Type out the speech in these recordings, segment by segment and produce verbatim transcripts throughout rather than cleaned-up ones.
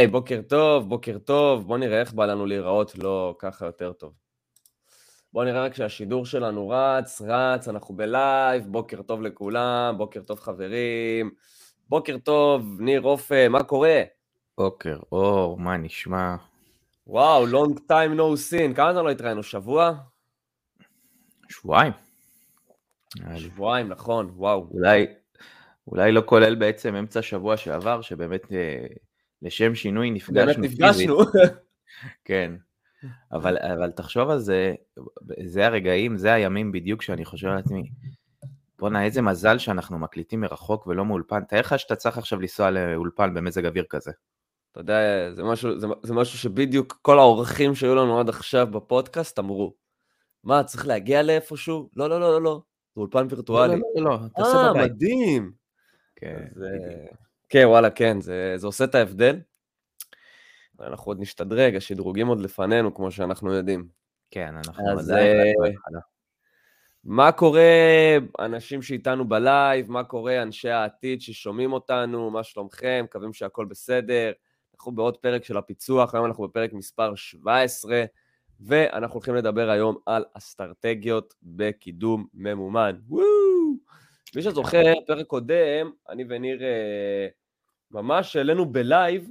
היי, בוקר טוב, בוקר טוב, בוא נראה איך בא לנו להיראות, לא ככה יותר טוב. בוא נראה רק שהשידור שלנו רץ, רץ, אנחנו בלייב, בוקר טוב לכולם, בוקר טוב חברים, בוקר טוב, ניר אופן, מה קורה? בוקר אור, מה נשמע? וואו, long time no seen, כמה זמן לא התראינו, שבוע? שבועיים. שבועיים, נכון, וואו. אולי, אולי לא כולל בעצם אמצע שבוע שעבר, שבאמת אה, לשם שינוי נפגשנו באמת נפגשנו. כן, אבל, אבל תחשוב על זה, זה הרגעים, זה הימים בדיוק שאני חושב על עצמי, בוא'נה, איזה מזל שאנחנו מקליטים מרחוק ולא מאולפן, תאר לך שאתה צריך עכשיו לנסוע לאולפן במזג אוויר כזה. אתה יודע, זה משהו, זה, זה משהו שבדיוק כל האורחים שהיו לנו עד עכשיו בפודקאסט אמרו, מה, צריך להגיע לאיפשהו? לא, לא, לא, לא, לא. זה אולפן וירטואלי. לא, לא, לא, לא, תעשה אה, בבית. מדהים. כן, אז, כן, וואלה, כן, זה, זה עושה את ההבדל. אנחנו עוד נשתדרג, השדרוגים עוד לפנינו, כמו שאנחנו יודעים. כן, אנחנו אז עדיין אה, רק בהתחלה. מה קורה, אנשים שאיתנו בלייב, מה קורה, אנשי העתיד ששומעים אותנו, מה שלומכם, מקווים שהכל בסדר. אנחנו בעוד פרק של הפיצוח, היום אנחנו בפרק מספר שבע עשרה, ואנחנו הולכים לדבר היום על אסטרטגיות בקידום ממומן. וואו! מי שזוכר, פרק קודם, אני וניר ממש העלינו בלייב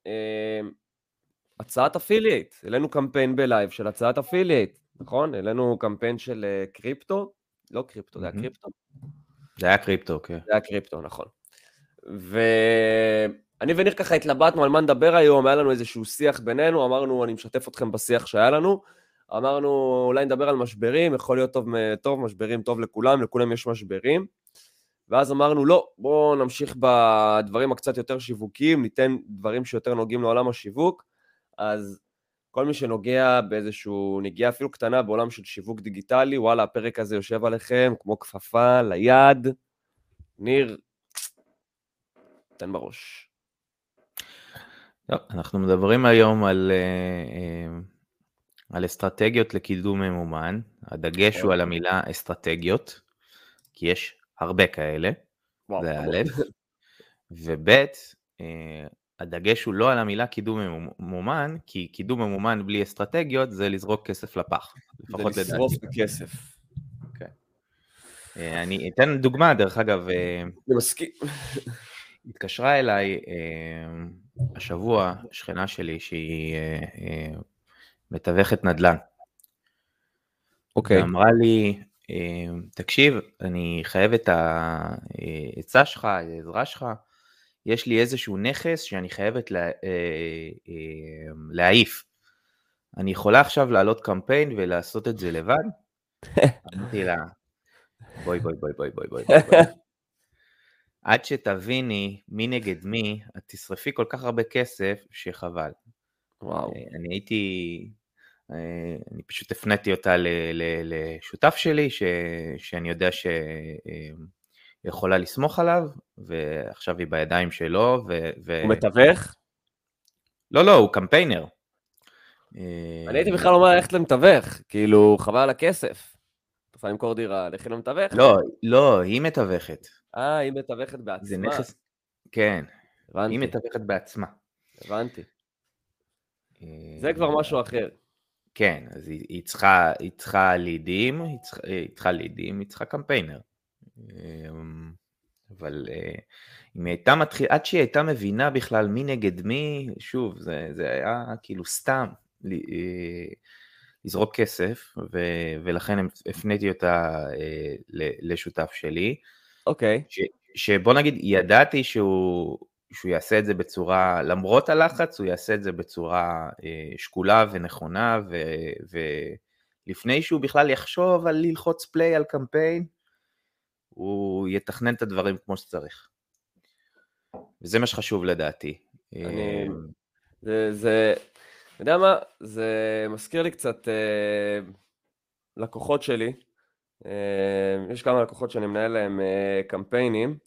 הצעת אפילייט, העלינו קמפיין בלייב של הצעת אפילייט, נכון? העלינו קמפיין של קריפטו, לא קריפטו, זה היה קריפטו? זה היה קריפטו, כן. זה היה קריפטו, נכון. ואני וניר ככה התלבטנו על מה נדבר היום, היה לנו איזשהו שיח בינינו, אמרנו, אני משתף אתכם בשיח שהיה לנו, אמרנו, אולי נדבר על משברים, יכול להיות טוב, טוב, משברים טוב לכולם, לכולם יש משברים, ואז אמרנו, לא, בואו נמשיך בדברים הקצת יותר שיווקיים, ניתן דברים שיותר נוגעים לעולם השיווק, אז כל מי שנוגע באיזשהו נגיעה אפילו קטנה בעולם של שיווק דיגיטלי, וואלה, הפרק הזה יושב עליכם כמו כפפה ליד. ניר, תן בראש. לא, אנחנו מדברים היום על, על אסטרטגיות לקידום ממומן, הדגש הוא על המילה אסטרטגיות, כי יש הרבה כאלה, זה א', וב', הדגש הוא לא על המילה קידום ממומן, כי קידום ממומן בלי אסטרטגיות זה לזרוק כסף לפח, לפחות לדעתי. זה לשרוף בכסף. כן. אני אתן דוגמה, דרך אגב, אני מסכים. התקשרה אליי השבוע שכנה שלי שהיא מתווכת נדל"ן. אוקיי. ואמרה לי, תקשיב, אני חייב את העצה שלך, העזרה שלך, יש לי איזשהו נכס שאני חייבת לה, להעיף. אני יכולה עכשיו לעלות קמפיין ולעשות את זה לבד? אמרתי לה, בואי בואי בואי בואי בואי בואי בואי. עד שתביני מי נגד מי, את תשרפי כל כך הרבה כסף שחבל. וואו. אני הייתי, אני פשוט הפניתי אותה לשותף שלי, שאני יודע שיכולה לסמוך עליו, ועכשיו היא בידיים שלו. הוא מתווך? לא, לא, הוא קמפיינר. אני הייתי בכלל אומר איך למתווך, כאילו חבל על הכסף. אתה יכול למכור דירה, לכי למתווך? לא, לא, היא מתווכת. אה, היא מתווכת בעצמה. זה נכס, כן, הבנתי. היא מתווכת בעצמה. הבנתי. זה כבר משהו אחר. כן, אז היא, היא צריכה, היא צריכה לידים, היא צריכה, היא צריכה לידים, היא צריכה קמפיינר. אבל אם היא הייתה מתחילה, עד שהיא הייתה מבינה בכלל מי נגד מי, שוב, זה, זה היה כאילו סתם לזרוק כסף, ו, ולכן הפניתי אותה לשותף שלי. אוקיי. ש, שבוא נגיד, ידעתי שהוא, שהוא יעשה את זה בצורה, למרות הלחץ, הוא יעשה את זה בצורה שקולה ונכונה, ו, ולפני שהוא בכלל יחשוב על ללחוץ פליי על קמפיין, הוא יתכנן את הדברים כמו שצריך. וזה מה שחשוב לדעתי. אני, זה, זה, אתה יודע מה? זה מזכיר לי קצת אה, לקוחות שלי. אה, יש כמה לקוחות שאני מנהל להם אה, קמפיינים,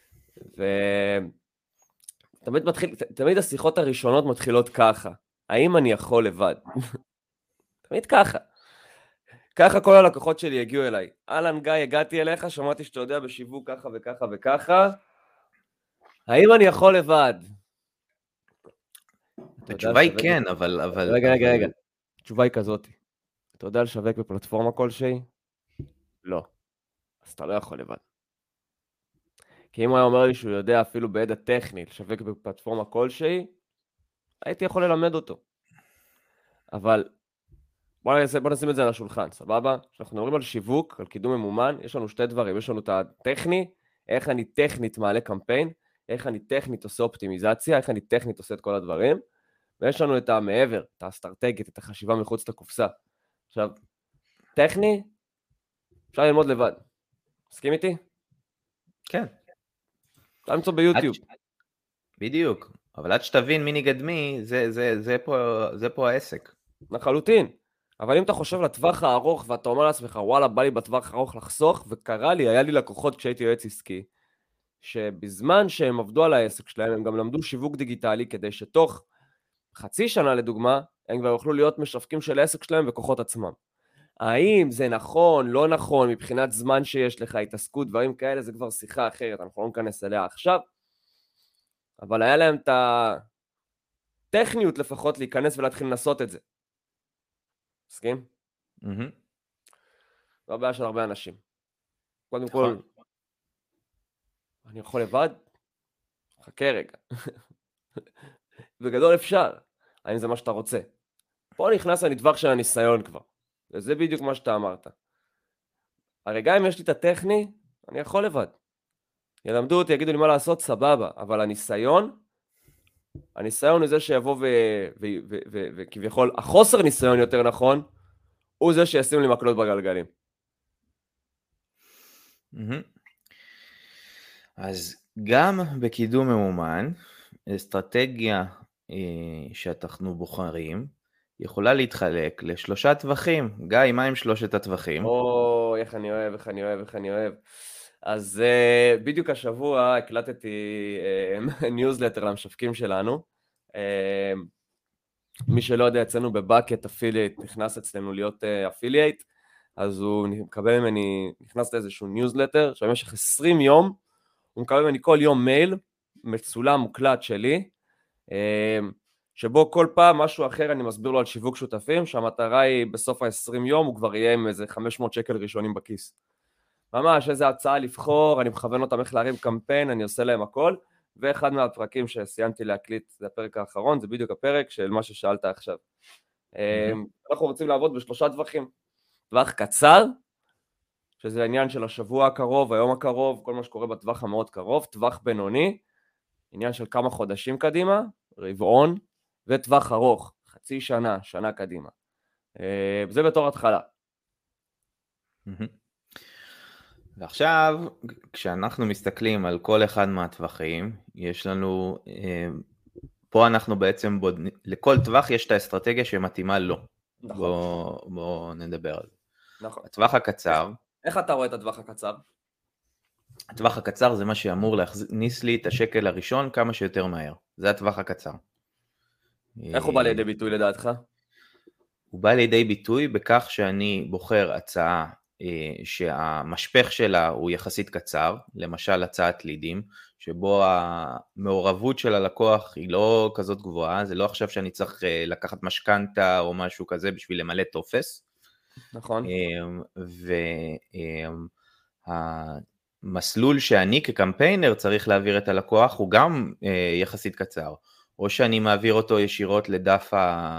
ותמיד מתחיל, תמיד השיחות הראשונות מתחילות ככה. האם אני יכול לבד? תמיד ככה. ככה כל הלקוחות שלי הגיעו אליי. אלן גיא, הגעתי אליך, שמעתי שאתה יודע בשיווק ככה וככה וככה. האם אני יכול לבד? התשובה היא כן, אבל... רגע, רגע, רגע. התשובה היא כזאת. אתה יודע לשווק בפלטפורמה כלשהי? לא. אז אתה לא יכול לבד. כי אם הוא היה אומר לי שהוא יודע אפילו בידע טכני לשווק בפלטפורמה כלשהי, הייתי יכול ללמד אותו. אבל בוא נשים, בוא נשים את זה על השולחן, סבבה? כשאנחנו מדברים על שיווק, על קידום ממומן, יש לנו שתי דברים. יש לנו את הטכני, איך אני טכנית מעלה קמפיין, איך אני טכנית עושה אופטימיזציה, איך אני טכנית עושה את כל הדברים, ויש לנו את המעבר, את האסטרטגית, את החשיבה מחוץ לקופסה. עכשיו, טכני, אפשר ללמוד לבד. מסכים איתי? כן. אפשר למצוא ביוטיוב. בדיוק, אבל עד שתבין מי נגד מי, זה, זה, זה פה, זה פה העסק. לחלוטין. אבל אם אתה חושב לטווח הארוך, ואתה אומר לעצמך, וואלה, בא לי בטווח הארוך לחסוך, וקרה לי, היה לי לקוחות כשהייתי יועץ עסקי, שבזמן שהם עבדו על העסק שלהם, הם גם למדו שיווק דיגיטלי, כדי שתוך חצי שנה לדוגמה, הם כבר יוכלו להיות משווקים של העסק שלהם וכוחות עצמם. האם זה נכון, לא נכון, מבחינת זמן שיש לך, התעסקות, דברים כאלה, זה כבר שיחה אחרת, אנחנו לא ניכנס אליה עכשיו, אבל היה להם את הטכניות לפחות להיכנס ולהתחיל לנסות את זה. מסכים? זו הבעיה של הרבה אנשים. קודם כל, אני יכול לבד? חכה רגע. בגדול אפשר, האם זה מה שאתה רוצה? פה נכנס הנדבך של הניסיון כבר, וזה בדיוק מה שאתה אמרת. הרי גם אם יש לי את הטכני, אני יכול לבד. ילמדו אותי, יגידו לי מה לעשות, סבבה, אבל הניסיון, הניסיון הוא זה שיבוא וכביכול, החוסר ניסיון יותר נכון, הוא זה שישים לי מקלות בגלגלים. אז גם בקידום ממומן, אסטרטגיה שאנחנו בוחרים, יכולה להתחלק לשלושה טווחים. גיא, מה עם שלושת הטווחים? או, איך אני אוהב, איך אני אוהב, איך אני אוהב. אז uh, בדיוק השבוע הקלטתי uh, ניוזלטר למשווקים שלנו. Uh, מי שלא יודע, אצלנו בבקט אפילייט, נכנס אצלנו להיות אפילייט, uh, אז הוא מקבל ממני, נכנס לאיזשהו ניוזלטר, שבמשך עשרים יום, הוא מקבל ממני כל יום מייל, מצולם מוקלט שלי, uh, שבו כל פעם משהו אחר אני מסביר לו על שיווק שותפים, שהמטרה היא בסוף ה-עשרים יום, הוא כבר יהיה עם איזה חמש מאות שקל ראשונים בכיס. ממש, איזה הצעה לבחור, אני מכוון אותם איך להרים קמפיין, אני עושה להם הכל, ואחד מהפרקים שסיימתי להקליט, זה הפרק האחרון, זה בדיוק הפרק של מה ששאלת עכשיו. Mm-hmm. אנחנו רוצים לעבוד בשלושה טווחים. טווח קצר, שזה העניין של השבוע הקרוב, היום הקרוב, כל מה שקורה בטווח המאוד קרוב, טווח בינוני, עניין של כמה חודשים קדימה, רבעון, וטווח ארוך, חצי שנה, שנה קדימה. זה בתור התחלה. Mm-hmm. ועכשיו, כשאנחנו מסתכלים על כל אחד מהטווחים, יש לנו, פה אנחנו בעצם, בוד... לכל טווח יש את האסטרטגיה שמתאימה לו. נכון. בוא, בוא נדבר על זה. נכון. הטווח הקצר. איך אתה רואה את הטווח הקצר? הטווח הקצר זה מה שאמור להכניס לי את השקל הראשון כמה שיותר מהר. זה הטווח הקצר. איך הוא בא לידי ביטוי לדעתך? הוא בא לידי ביטוי בכך שאני בוחר הצעה, שהמשפך שלה הוא יחסית קצר, למשל הצעת לידים, שבו המעורבות של הלקוח היא לא כזאת גבוהה, זה לא עכשיו שאני צריך לקחת משכנתה או משהו כזה בשביל למלא טופס. נכון. והמסלול שאני כקמפיינר צריך להעביר את הלקוח הוא גם יחסית קצר, או שאני מעביר אותו ישירות לדף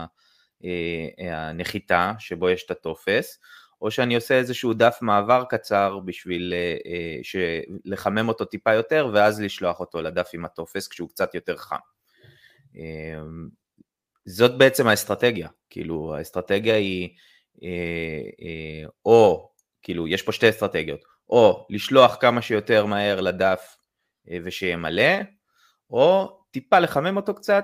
הנחיתה שבו יש את הטופס, או שאני עושה איזשהו דף מעבר קצר בשביל לחמם אותו טיפה יותר, ואז לשלוח אותו לדף עם הטופס כשהוא קצת יותר חם. זאת בעצם האסטרטגיה, כאילו האסטרטגיה היא, או, כאילו יש פה שתי אסטרטגיות, או לשלוח כמה שיותר מהר לדף ושימלא, או טיפה לחמם אותו קצת,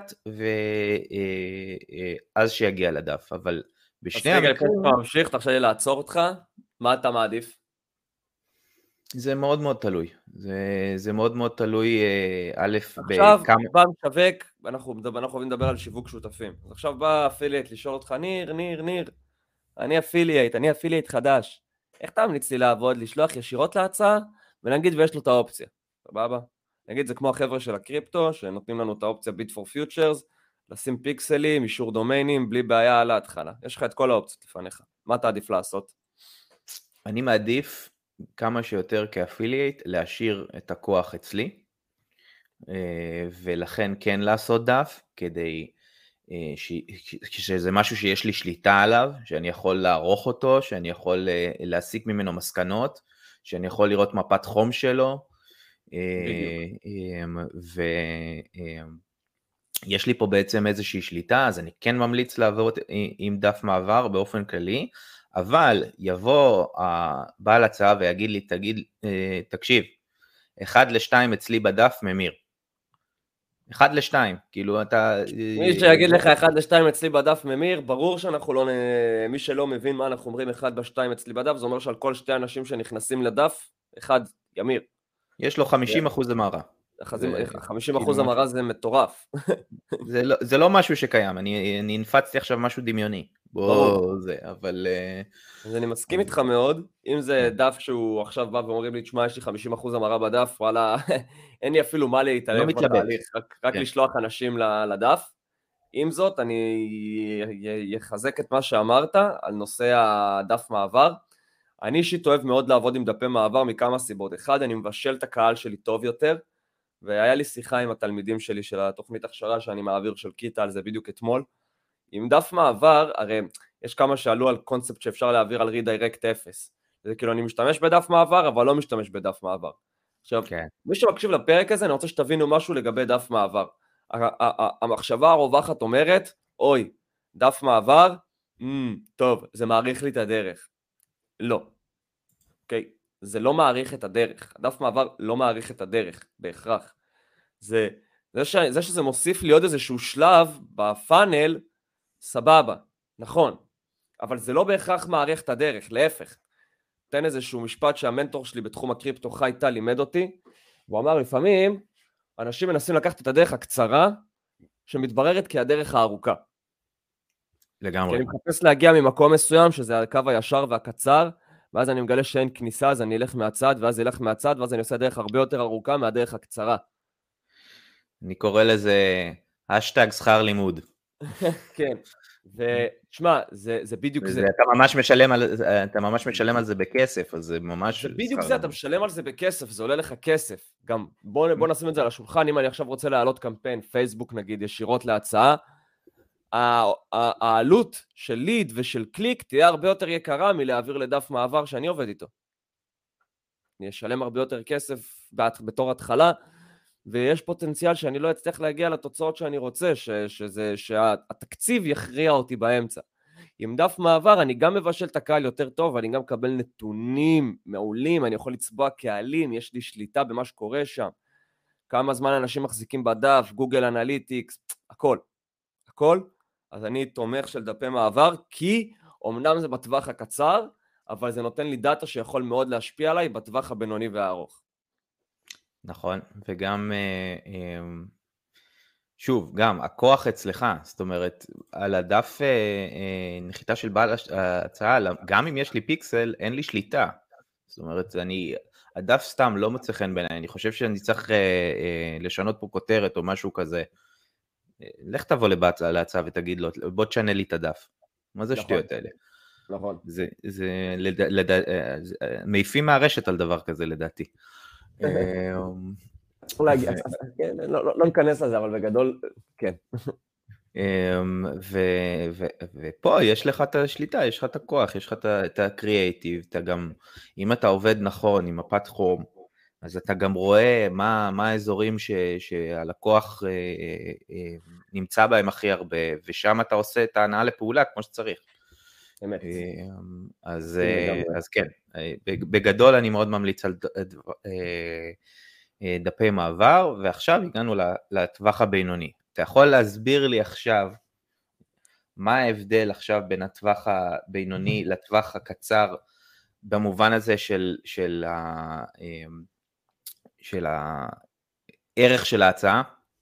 ואז שיגיע לדף, אבל בשני המקרים... אז רגע, לפני שאתה ממשיך, תרשה לי לעצור אותך, מה אתה מעדיף? זה מאוד מאוד תלוי, זה, זה מאוד מאוד תלוי, א', עכשיו, בכמה... בא משווק, אנחנו, אנחנו יכולים לדבר על שיווק שותפים, אז עכשיו בא אפילייט לשאול אותך, ניר, ניר, ניר, אני אפילייט, אני אפילייט חדש, איך אתה ממליץ לי לעבוד, לשלוח ישירות להצעה, ונגיד ויש לו את האופציה, סבבה? נגיד זה כמו החבר'ה של הקריפטו, שנותנים לנו את האופציה Bid for Futures, לשים פיקסלים, אישור דומיינים, בלי בעיה על ההתחלה. יש לך את כל האופציות לפניך. מה אתה עדיף לעשות? אני מעדיף כמה שיותר כאפילייט להשאיר את הכוח אצלי, ולכן כן לעשות דף, כדי ש... שזה משהו שיש לי שליטה עליו, שאני יכול לערוך אותו, שאני יכול להסיק ממנו מסקנות, שאני יכול לראות מפת חום שלו, ויש לי פה בעצם איזושהי שליטה, אז אני כן ממליץ לעבוד עם דף מעבר באופן כללי, אבל יבוא הבעל הצעה ויגיד לי, תגיד, תקשיב, אחד לשתיים אצלי בדף ממיר. אחד לשתיים, כאילו אתה... מי שיגיד לך אחד לשתיים אצלי בדף ממיר, ברור שאנחנו לא... מי שלא מבין מה אנחנו אומרים אחד בשתיים אצלי בדף, זה אומר שעל כל שתי אנשים שנכנסים לדף, אחד ימיר. יש לו חמישים אחוז המרה. חמישים אחוז המרה זה מטורף. זה לא משהו שקיים, אני נפצתי עכשיו משהו דמיוני. בוא, זה, אבל... אז אני מסכים איתך מאוד, אם זה דף שהוא עכשיו בא ואומרים לי, תשמע, יש לי חמישים אחוז המרה בדף, וואלה, אין לי אפילו מה להתערב בתהליך, רק לשלוח אנשים לדף. עם זאת, אני יחזק את מה שאמרת על נושא הדף מעבר. אני אישית אוהב מאוד לעבוד עם דפי מעבר מכמה סיבות. אחד, אני מבשל את הקהל שלי טוב יותר, והיה לי שיחה עם התלמידים שלי של התוכנית הכשרה שאני מעביר של קיטה על זה בדיוק אתמול. עם דף מעבר, הרי יש כמה שעלו על קונספט שאפשר להעביר על רידיירקט אפס. זה כאילו אני משתמש בדף מעבר, אבל לא משתמש בדף מעבר. עכשיו, okay. מי שמקשיב לפרק הזה, אני רוצה שתבינו משהו לגבי דף מעבר. המחשבה הרווחת אומרת, אוי, דף מעבר, mm, טוב, זה מעריך לי את הדרך. לא. אוקיי? Okay? זה לא מעריך את הדרך. הדף מעבר לא מעריך את הדרך, בהכרח. זה, זה, ש, זה שזה מוסיף לי עוד איזשהו שלב בפאנל, סבבה, נכון. אבל זה לא בהכרח מעריך את הדרך, להפך. תן איזשהו משפט שהמנטור שלי בתחום הקריפטו חי טל לימד אותי, והוא אמר, לפעמים אנשים מנסים לקחת את הדרך הקצרה, שמתבררת כהדרך הארוכה. לגמרי. כי אני מחפש להגיע ממקום מסוים, שזה הקו הישר והקצר, ואז אני מגלה שאין כניסה, אז אני אלך מהצד, ואז אלך מהצד, ואז אני עושה דרך הרבה יותר ארוכה מהדרך הקצרה. אני קורא לזה השטג שכר לימוד. כן. ותשמע, זה, זה בדיוק זה. אתה ממש משלם על, אתה ממש משלם על זה בכסף, אז זה ממש... זה בדיוק זה, אתה משלם על זה בכסף, זה עולה לך כסף. גם בוא, בוא נשים את זה על השולחן, אם אני עכשיו רוצה להעלות קמפיין, פייסבוק נגיד, ישירות להצעה, העלות של ליד ושל קליק תהיה הרבה יותר יקרה מלהעביר לדף מעבר שאני עובד איתו. אני אשלם הרבה יותר כסף בתור התחלה, ויש פוטנציאל שאני לא אצטרך להגיע לתוצאות שאני רוצה, ש, שזה, שהתקציב יכריע אותי באמצע. עם דף מעבר אני גם מבשל את הקהל יותר טוב, ואני גם מקבל נתונים מעולים, אני יכול לצבוע קהלים, יש לי שליטה במה שקורה שם, כמה זמן אנשים מחזיקים בדף, גוגל אנליטיקס, הכל, הכל. אז אני תומך של דפי מעבר, כי אמנם זה בטווח הקצר, אבל זה נותן לי דאטה שיכול מאוד להשפיע עליי בטווח הבינוני והארוך. נכון, וגם, שוב, גם הכוח אצלך, זאת אומרת, על הדף נחיתה של בעל ההצעה, גם אם יש לי פיקסל, אין לי שליטה. זאת אומרת, אני, הדף סתם לא מוצא חן בעיניי, אני חושב שאני צריך לשנות פה כותרת או משהו כזה. לך תבוא להצעה ותגיד לו, בוא תשנה לי את הדף. מה זה שטויות האלה? נכון. זה, זה, מעיפים מהרשת על דבר כזה לדעתי. לא נכנס לזה, אבל בגדול, כן. ופה יש לך את השליטה, יש לך את הכוח, יש לך את הקריאייטיב, אתה גם, אם אתה עובד נכון, עם מפת חום, אז אתה גם רואה מה, מה האזורים ש, שהלקוח נמצא בהם הכי הרבה, ושם אתה עושה את ההנאה לפעולה כמו שצריך. אמת. אז, אז כן, בגדול אני מאוד ממליץ על דפי מעבר, ועכשיו הגענו לטווח הבינוני. אתה יכול להסביר לי עכשיו, מה ההבדל עכשיו בין הטווח הבינוני לטווח הקצר, במובן הזה של, של, ה, של הערך של ההצעה?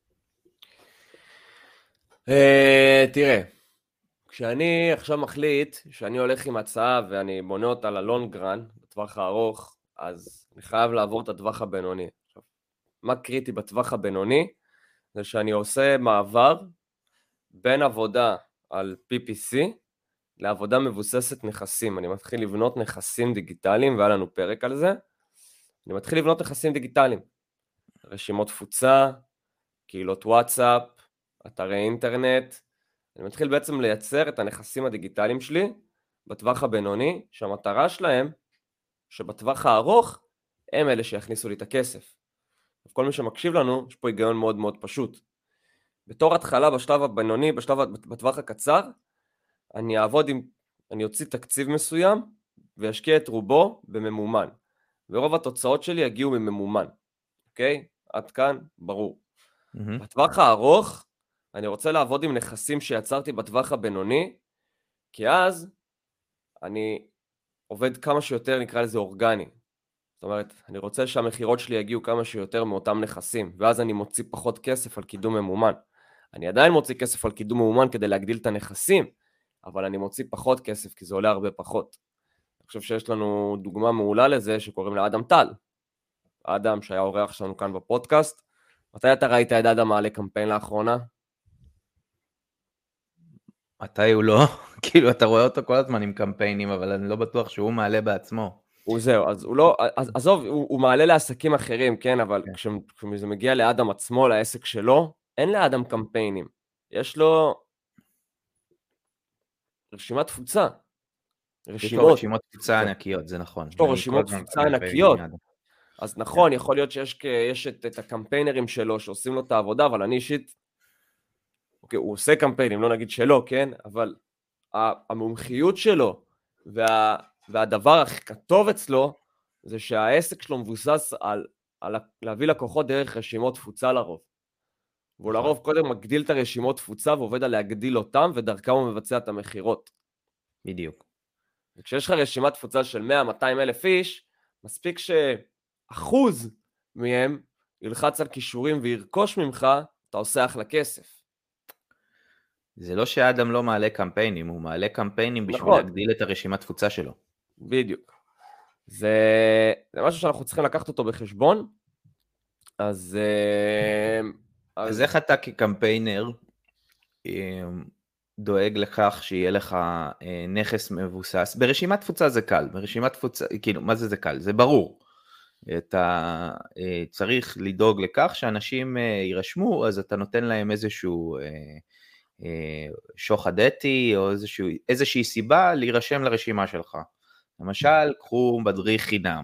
תראה, כשאני עכשיו מחליט שאני הולך עם הצעה ואני בונה אותה ללונגרן, בטווח הארוך, אז אני חייב לעבור את הטווח הבינוני. מה קריטי בטווח הבינוני? זה שאני עושה מעבר בין עבודה על פי פי סי לעבודה מבוססת נכסים. אני מתחיל לבנות נכסים דיגיטליים, והיה לנו פרק על זה. אני מתחיל לבנות נכסים דיגיטליים. רשימות תפוצה, קהילות וואטסאפ, אתרי אינטרנט. אני מתחיל בעצם לייצר את הנכסים הדיגיטליים שלי בטווח הבינוני, שהמטרה שלהם, שבטווח הארוך, הם אלה שיכניסו לי את הכסף. כל מי שמקשיב לנו, יש פה היגיון מאוד מאוד פשוט. בתור התחלה בשלב הבינוני, בשלב, בטווח הקצר, אני אעבוד עם, אני אוציא תקציב מסוים, וישקיע את רובו בממומן. ורוב התוצאות שלי יגיעו מממומן. אוקיי? עד כאן, ברור. Mm-hmm. בטווח הארוך, אני רוצה לעבוד עם נכסים שיצרתי בטווח הבינוני, כי אז אני עובד כמה שיותר, נקרא לזה אורגני. זאת אומרת, אני רוצה שהמחירות שלי יגיעו כמה שיותר מאותם נכסים, ואז אני מוציא פחות כסף על קידום ממומן. אני עדיין מוציא כסף על קידום ממומן כדי להגדיל את הנכסים, אבל אני מוציא פחות כסף כי זה עולה הרבה פחות. אני חושב שיש לנו דוגמה מעולה לזה שקוראים לאדם טל. אדם שהיה אורח שלנו כאן בפודקאסט. מתי אתה ראית את אדם מעלה קמפיין לאחרונה? מתי הוא לא? כאילו אתה רואה אותו כל הזמן עם קמפיינים, אבל אני לא בטוח שהוא מעלה בעצמו. הוא זהו, אז הוא לא, אז, עזוב, הוא, הוא מעלה לעסקים אחרים, כן, אבל כן. כש, כשזה מגיע לאדם עצמו, לעסק שלו, אין לאדם קמפיינים. יש לו רשימת תפוצה. רשימות. יש לו רשימות תפוצה ענקיות, זה נכון. יש לו רשימות תפוצה ענקיות. אז נכון, כן. יכול להיות שיש יש את, את הקמפיינרים שלו שעושים לו את העבודה, אבל אני אישית, אוקיי, הוא עושה קמפיינים, לא נגיד שלא, כן, אבל המומחיות שלו וה... והדבר הכי טוב אצלו, זה שהעסק שלו מבוסס על, על להביא לקוחות דרך רשימות תפוצה לרוב. והוא לרוב קודם מגדיל את הרשימות תפוצה, ועובד על להגדיל אותם, ודרכם הוא מבצע את המחירות. בדיוק. וכשיש לך רשימת תפוצה של מאה מאתיים אלף איש, מספיק שאחוז מהם ילחץ על כישורים וירכוש ממך, אתה עושה אחלה כסף. זה לא שאדם לא מעלה קמפיינים, הוא מעלה קמפיינים בשביל נכון. להגדיל את הרשימת תפוצה שלו. בדיוק. זה, זה משהו שאנחנו צריכים לקחת אותו בחשבון. אז... אז, אז איך אתה כקמפיינר דואג לכך שיהיה לך נכס מבוסס? ברשימת תפוצה זה קל, ברשימת תפוצה, כאילו, מה זה זה קל? זה ברור. אתה צריך לדאוג לכך שאנשים יירשמו, אז אתה נותן להם איזשהו... שוחד אתי או איזשהו, איזושהי סיבה להירשם לרשימה שלך. למשל, קחו מדריך חינם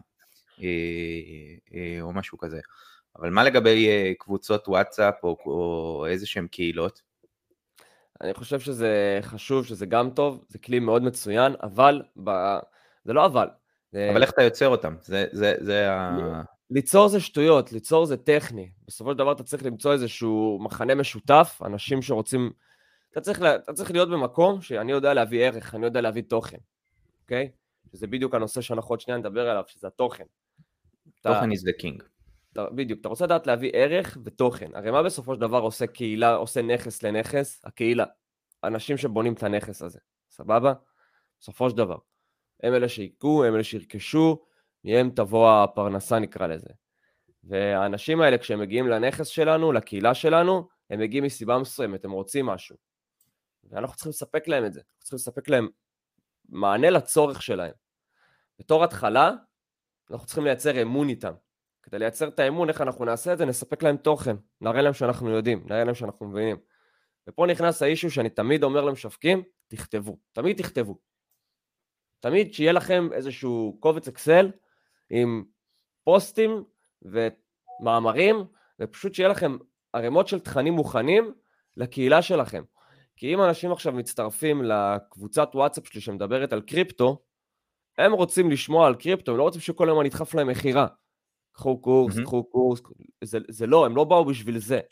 או משהו כזה. אבל מה לגבי קבוצות וואטסאפ או, או איזשהם קהילות? אני חושב שזה חשוב, שזה גם טוב, זה כלי מאוד מצוין, אבל ב... זה לא אבל. אבל זה... איך אתה יוצר אותם? זה, זה, זה ה... ליצור זה שטויות, ליצור זה טכני. בסופו של דבר אתה צריך למצוא איזשהו מחנה משותף, אנשים שרוצים... אתה צריך, אתה צריך להיות במקום שאני יודע להביא ערך, אני יודע להביא תוכן, אוקיי? שזה בדיוק הנושא שאנחנו עוד שנייה נדבר עליו, שזה התוכן. תוכן is the king. אתה, בדיוק, אתה רוצה לדעת להביא ערך ותוכן. הרי מה בסופו של דבר עושה קהילה, עושה נכס לנכס? הקהילה. אנשים שבונים את הנכס הזה, סבבה? בסופו של דבר. הם אלה שיקו, הם אלה שירכשו, מהם תבוא הפרנסה נקרא לזה. והאנשים האלה כשהם מגיעים לנכס שלנו, לקהילה שלנו, הם מגיעים מסיבה מסוימת, הם רוצים משהו. ואנחנו צריכים לספק להם את זה, אנחנו צריכים לספק להם מענה לצורך שלהם. בתור התחלה, אנחנו צריכים לייצר אמון איתם. כדי לייצר את האמון, איך אנחנו נעשה את זה, נספק להם תוכן, נראה להם שאנחנו יודעים, נראה להם שאנחנו מבינים. ופה נכנס האישו שאני תמיד אומר למשווקים, תכתבו, תמיד תכתבו. תמיד שיהיה לכם איזשהו קובץ אקסל עם פוסטים ומאמרים, ופשוט שיהיה לכם ערימות של תכנים מוכנים לקהילה שלכם. כי אם אנשים עכשיו מצטרפים לקבוצת וואטסאפ שלי שמדברת על קריפטו, הם רוצים לשמוע על קריפטו, הם לא רוצים שכל יום אני אדחף להם מחירה. קחו קורס, mm-hmm. קחו קורס, זה, זה לא, הם לא באו בשביל זה.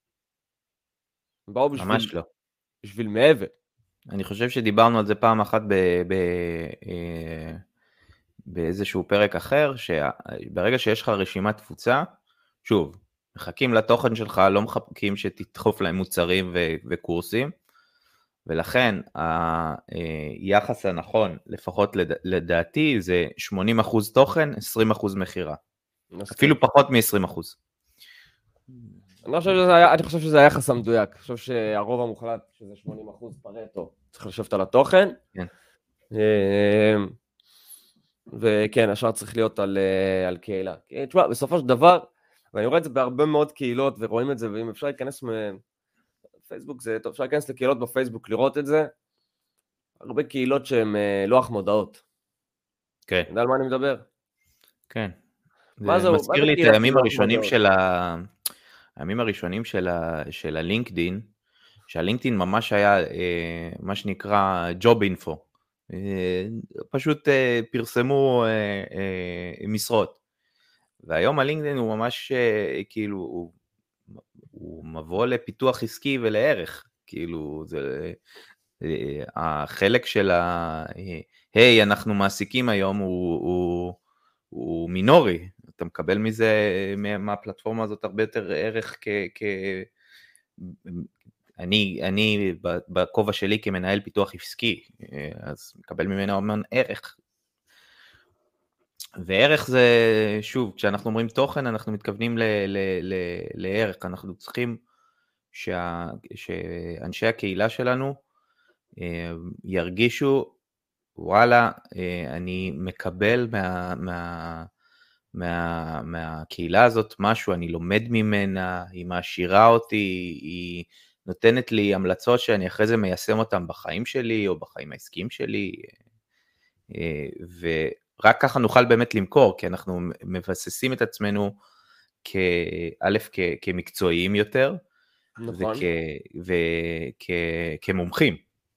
הם באו בשביל, ממש לא. בשביל מעבר. אני חושב שדיברנו על זה פעם אחת ב, ב, אה, באיזשהו פרק אחר, שברגע שיש לך רשימת תפוצה, שוב, מחכים לתוכן שלך, לא מחכים שתדחוף להם מוצרים ו, וקורסים, ולכן היחס הנכון, לפחות לדעתי, זה שמונים אחוז תוכן, עשרים אחוז מחירה. אפילו פחות מ-עשרים אחוז. אני חושב שזה היה, אני חושב שזה היחס המדויק. אני חושב שהרוב המוחלט, שזה שמונים אחוז פרטו, צריך לשבת על התוכן. כן. וכן, השאר צריך להיות על, על קהילה. תשמע, בסופו של דבר, ואני רואה את זה בהרבה מאוד קהילות, ורואים את זה, ואם אפשר להיכנס מפייסבוק, זה טוב, אפשר להיכנס לקהילות בפייסבוק, לראות את זה, הרבה קהילות שהן לוח מודעות. כן. אתה יודע על מה אני מדבר? כן. מה זה זה, מזכיר מה לי זה את הימים לוח הראשונים מודעות? של ה... הימים הראשונים של ה... של הלינקדין, שהלינקדין ממש היה אה, מה שנקרא ג'וב אינפו. אה, פשוט אה, פרסמו אה, אה, משרות. והיום הלינקדין הוא ממש אה, כאילו, הוא, הוא מבוא לפיתוח עסקי ולערך. כאילו, זה... אה, החלק של ה... היי, אנחנו מעסיקים היום הוא, הוא, הוא מינורי. אתה מקבל מזה, מהפלטפורמה הזאת הרבה יותר ערך כ... כ... אני, אני בכובע שלי כמנהל פיתוח עסקי, אז מקבל ממנו המון ערך. וערך זה, שוב, כשאנחנו אומרים תוכן, אנחנו מתכוונים ל, ל, ל, לערך. אנחנו צריכים שה, שאנשי הקהילה שלנו ירגישו, וואלה, אני מקבל מה, מה, מה, מהקהילה הזאת משהו, אני לומד ממנה, היא מעשירה אותי, היא נותנת לי המלצות שאני אחרי זה מיישם אותן בחיים שלי, או בחיים העסקיים שלי, ורק ככה נוכל באמת למכור, כי אנחנו מבססים את עצמנו כאלף כמקצועיים יותר, נכון. וכמומחים.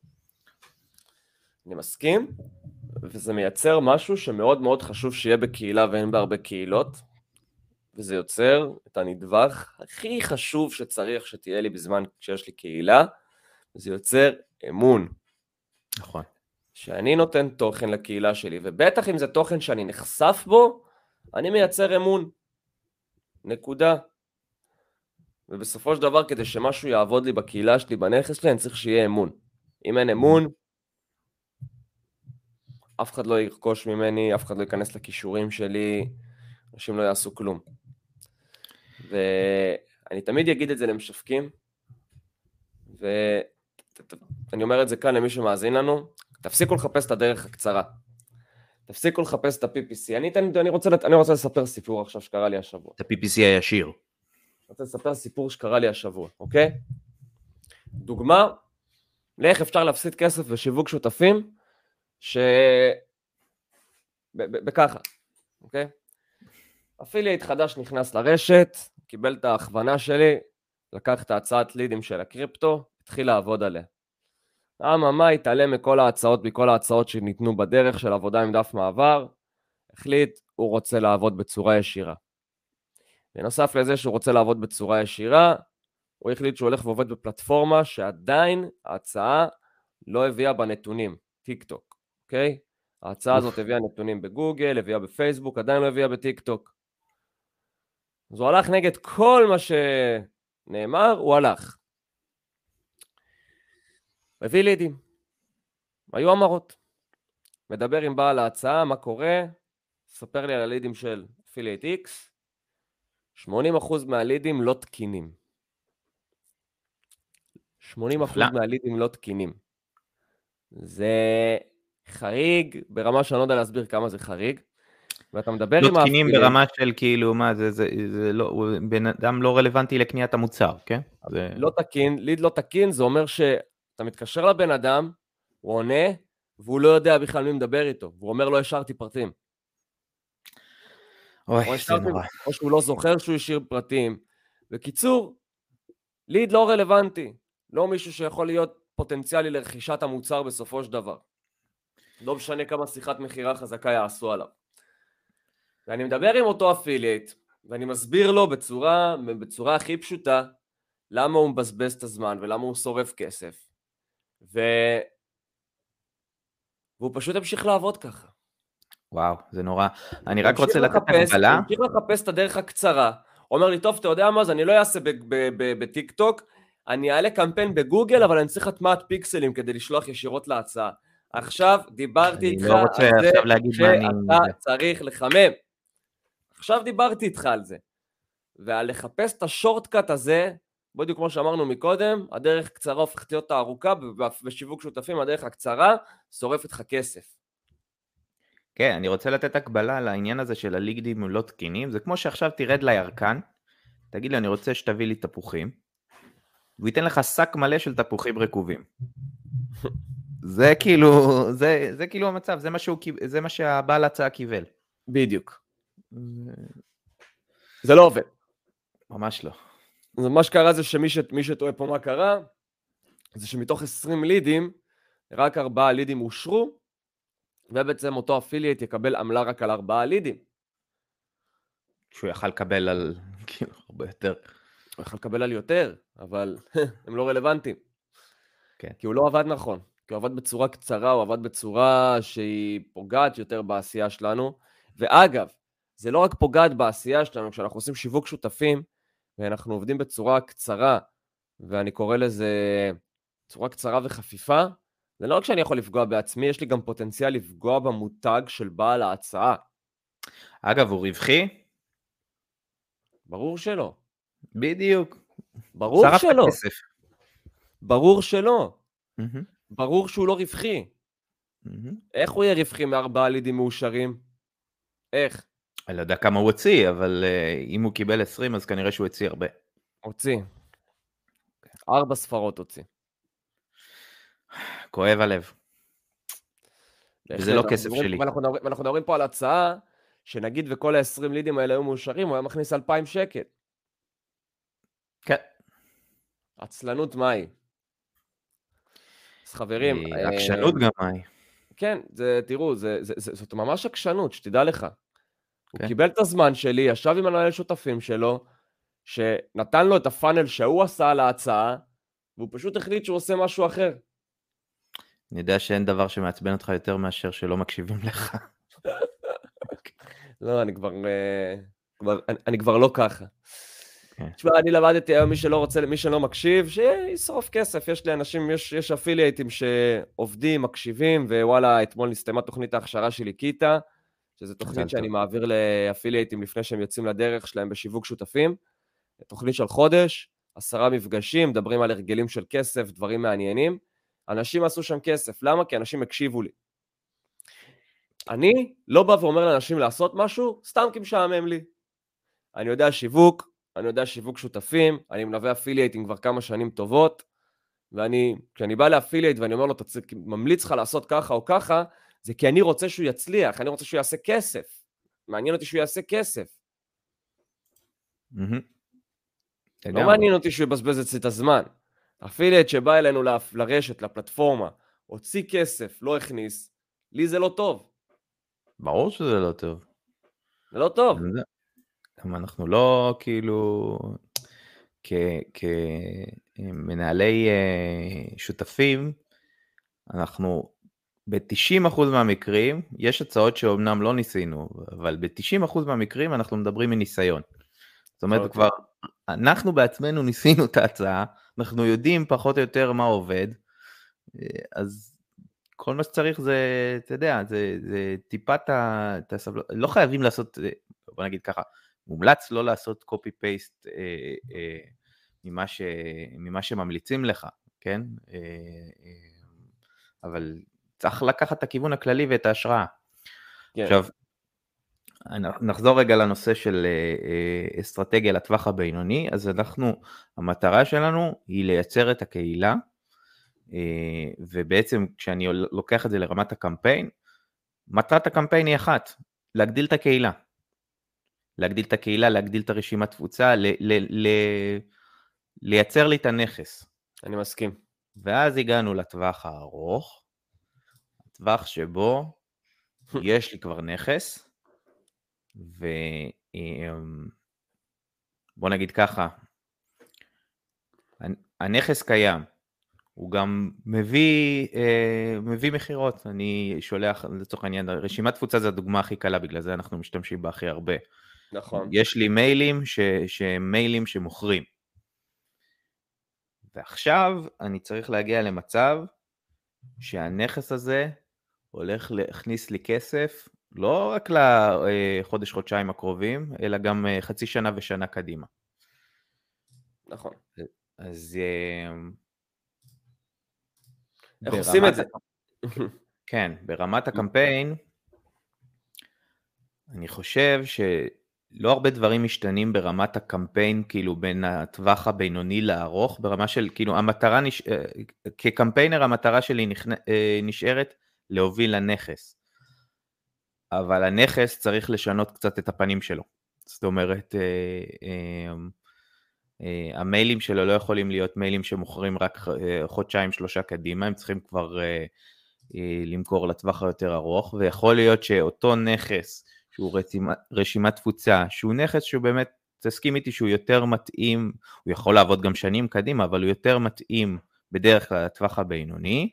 אני מסכים, וזה מייצר משהו שמאוד מאוד חשוב שיהיה בקהילה ואין בהרבה קהילות, וזה יוצר את הנדבך הכי חשוב שצריך שתהיה לי בזמן שיש לי קהילה, וזה יוצר אמון. נכון. שאני נותן תוכן לקהילה שלי, ובטח אם זה תוכן שאני נחשף בו, אני מייצר אמון. נקודה. ובסופו של דבר, כדי שמשהו יעבוד לי בקהילה שלי, בנכס שלי, אני צריך שיהיה אמון. אם אין אמון, אף אחד לא ירכוש ממני, אף אחד לא ייכנס לכישורים שלי, אנשים לא יעשו כלום. ואני תמיד אגיד את זה למשווקים, ואני אומר את זה כאן למי שמאזין לנו, תפסיקו לחפש את הדרך הקצרה. תפסיקו לחפש את ה-פי פי סי. אני, אני, רוצה, אני רוצה לספר סיפור עכשיו שקרה לי השבוע. את ה-פי פי סי הישיר. אני רוצה לספר סיפור שקרה לי השבוע, אוקיי? דוגמה, לאיך אפשר להפסיד כסף ושיווק שותפים, ש... בככה, אוקיי? אפילייט חדש נכנס לרשת, קיבל את ההכוונה שלי, לקח את ההצעת לידים של הקריפטו, התחיל לעבוד עליה. אממה, התעלם מכל ההצעות, מכל ההצעות שניתנו בדרך של עבודה עם דף מעבר, החליט, הוא רוצה לעבוד בצורה ישירה. בנוסף לזה שהוא רוצה לעבוד בצורה ישירה, הוא החליט שהוא הולך ועובד בפלטפורמה שעדיין ההצעה לא הביאה בנתונים, טיק טוק, אוקיי? ההצעה הזאת הביאה נתונים בגוגל, הביאה בפייסבוק, עדיין לא הביאה בטיק טוק. אז הוא הלך נגד כל מה שנאמר, הוא הלך. הביא לידים. היו אמרות. מדבר עם בעל ההצעה, מה קורה? ספר לי על הלידים של אפילייט איקס. שמונים אחוז מהלידים לא תקינים. שמונים אחוז מהלידים לא תקינים. זה חריג, ברמה שאני לא יודע להסביר כמה זה חריג. ואתה מדבר לא עם האפילייט. לא תקינים ברמה של כאילו, מה, זה, זה, זה לא, הוא בן אדם לא רלוונטי לקניית המוצר, כן? זה... לא תקין, ליד לא תקין, זה אומר שאתה מתקשר לבן אדם, הוא עונה, והוא לא יודע בכלל מי מדבר איתו, והוא אומר לו השארתי פרטים. אוי, זה נורא. או שהוא לא זוכר שהוא השאיר פרטים. בקיצור, ליד לא רלוונטי, לא מישהו שיכול להיות פוטנציאלי לרכישת המוצר בסופו של דבר. לא משנה כמה שיחת מחירה חזקה יעשו עליו. ואני מדבר עם אותו אפילייט, ואני מסביר לו בצורה, בצורה הכי פשוטה, למה הוא מבזבז את הזמן, ולמה הוא שורף כסף. ו... והוא פשוט המשיך לעבוד ככה. וואו, זה נורא. אני רק רוצה לתת הגבלה. הוא המשיך לחפש את הדרך הקצרה. הוא אומר לי, טוב, אתה יודע מה, אז אני לא אעשה בטיק טוק, אני אעלה קמפיין בגוגל, אבל אני צריך הטמעת פיקסלים כדי לשלוח ישירות להצעה. עכשיו דיברתי איתך על זה שאתה צריך לחמם. עכשיו דיברתי איתך על זה. ולחפש את השורטקאט הזה, בדיוק כמו שאמרנו מקודם, הדרך קצרה הופכת להיות הארוכה, בשיווק שותפים הדרך הקצרה שורפת לך כסף. כן, אני רוצה לתת הקבלה לעניין הזה של הליגדים לא תקינים, זה כמו שעכשיו תרד לירקן, תגיד לי אני רוצה שתביא לי תפוחים, והוא ייתן לך שק מלא של תפוחים רקובים. זה כאילו, זה, זה כאילו המצב, זה מה, שהוא, זה מה שהבעל הצעה קיבל. בדיוק. זה לא עובד. ממש לא. אז מה שקרה זה שמי ש... שטועה פה מה קרה, זה שמתוך עשרים לידים, רק ארבעה לידים אושרו, ובעצם אותו אפילייט יקבל עמלה רק על ארבעה לידים. שהוא יכל לקבל על, כאילו, הרבה יותר. הוא יכל לקבל על יותר, אבל הם לא רלוונטיים. כן. כי הוא לא עבד נכון. כי הוא עבד בצורה קצרה, הוא עבד בצורה שהיא פוגעת יותר בעשייה שלנו. ואגב, זה לא רק פוגעת בעשייה שלנו, כשאנחנו עושים שיווק שותפים, ואנחנו עובדים בצורה קצרה, ואני קורא לזה צורה קצרה וחפיפה, זה לא רק שאני יכול לפגוע בעצמי, יש לי גם פוטנציאל לפגוע במותג של בעל ההצעה. אגב, הוא רווחי? ברור שלא. בדיוק. ברור שרף שלא. הכסף. ברור שלא. Mm-hmm. ברור שהוא לא רווחי. Mm-hmm. איך הוא יהיה רווחי מארבעה לידים מאושרים? איך? אני לא יודע כמה הוא הוציא, אבל uh, אם הוא קיבל עשרים, אז כנראה שהוא הוציא הרבה. הוציא. ארבע ספרות הוציא. כואב הלב. וזה לא כסף מדברים, שלי. ואנחנו, ואנחנו מדברים פה על הצעה, שנגיד וכל ה-עשרים לידים האלה היו מאושרים, הוא היה מכניס אלפיים שקל. כן. עצלנות מהי? אז חברים... עקשנות גם מהי. כן, זה, תראו, זה, זה, זה, זאת ממש עקשנות, שתדע לך. הוא כן. קיבל את הזמן שלי, ישב עם המנהל שותפים שלו, שנתן לו את הפאנל שהוא עשה על ההצעה, והוא פשוט החליט שהוא עושה משהו אחר. אני יודע שאין דבר שמעצבן אותך יותר מאשר שלא מקשיבים לך. לא, אני כבר, כבר אני, אני כבר לא ככה. כן. תשמע, אני למדתי היום, מי שלא רוצה, מי שלא מקשיב, שישרוף כסף. יש לי אנשים, יש, יש אפילייטים שעובדים, מקשיבים, ווואלה, אתמול נסתיימה תוכנית ההכשרה שלי קיטה, שזו תוכנית שאני מעביר לאפילייטים לפני שהם יוצאים לדרך שלהם בשיווק שותפים. תוכנית של חודש, עשרה מפגשים, מדברים על הרגלים של כסף, דברים מעניינים. אנשים עשו שם כסף. למה? כי אנשים הקשיבו לי. אני לא בא ואומר לאנשים לעשות משהו, סתם כי משעמם לי. אני יודע שיווק, אני יודע שיווק שותפים, אני מלווה אפילייטים כבר כמה שנים טובות, ואני, כשאני בא לאפילייט ואני אומר לו, ממליץ לך לעשות ככה או ככה, זה כי אני רוצה שהוא יצליח, אני רוצה שהוא יעשה כסף. מעניין אותי שהוא יעשה כסף. לא מעניין אותי שהוא יבזבז אצלי את הזמן. אפילייט שבא אלינו לרשת, לפלטפורמה, הוציא כסף, לא הכניס, לי זה לא טוב. ברור שזה לא טוב. זה לא טוב. גם אנחנו לא כאילו, כמנהלי שותפים, אנחנו ב-תשעים אחוז מהמקרים, יש הצעות שאומנם לא ניסינו, אבל ב-תשעים אחוז מהמקרים אנחנו מדברים מניסיון. זאת אומרת, כבר אנחנו בעצמנו ניסינו את ההצעה, אנחנו יודעים פחות או יותר מה עובד, אז כל מה שצריך זה, אתה יודע, זה, זה טיפה את הסבלנות, לא חייבים לעשות, בוא נגיד ככה, מומלץ לא לעשות copy-paste אה, אה, ממה, ש, ממה שממליצים לך, כן? אה, אה, אבל צריך לקחת את הכיוון הכללי ואת ההשראה. כן. עכשיו, נחזור רגע לנושא של אה, אסטרטגיה לטווח הבינוני, אז אנחנו, המטרה שלנו היא לייצר את הקהילה, אה, ובעצם כשאני לוקח את זה לרמת הקמפיין, מטרת הקמפיין היא אחת, להגדיל את הקהילה. להגדיל את הקהילה, להגדיל את הרשימת תפוצה, ל- ל- ל- לייצר לי את הנכס. אני מסכים. ואז הגענו לטווח הארוך, הטווח שבו יש לי כבר נכס, ובוא נגיד ככה, הנכס קיים, הוא גם מביא, מביא מחירות, אני שולח, לצורך העניין, רשימת תפוצה זה הדוגמה הכי קלה, בגלל זה אנחנו משתמשים בה הכי הרבה. נכון. יש לי מיילים ש, שמיילים שמוכרים. ועכשיו אני צריך להגיע למצב שהנכס הזה הולך להכניס לי כסף לא רק לחודש, חודשיים הקרובים, אלא גם חצי שנה ושנה קדימה. נכון. אז איך עושים את זה? כן, ברמת הקמפיין, אני חושב שלא הרבה דברים משתנים ברמת הקמפיין, כאילו בין הטווח הבינוני לארוך, ברמה של, כאילו, המטרה, נש... כקמפיינר, המטרה שלי נשארת להוביל לנכס. אבל הנכס צריך לשנות קצת את הפנים שלו. זאת אומרת, המיילים שלו לא יכולים להיות מיילים שמוכרים רק חודשיים, שלושה קדימה, הם צריכים כבר למכור לטווח היותר ארוך, ויכול להיות שאותו נכס, שהוא רשימת תפוצה, שהוא נכס שהוא באמת, תסכים איתי שהוא יותר מתאים, הוא יכול לעבוד גם שנים קדימה, אבל הוא יותר מתאים בדרך כלל לטווח הבינוני,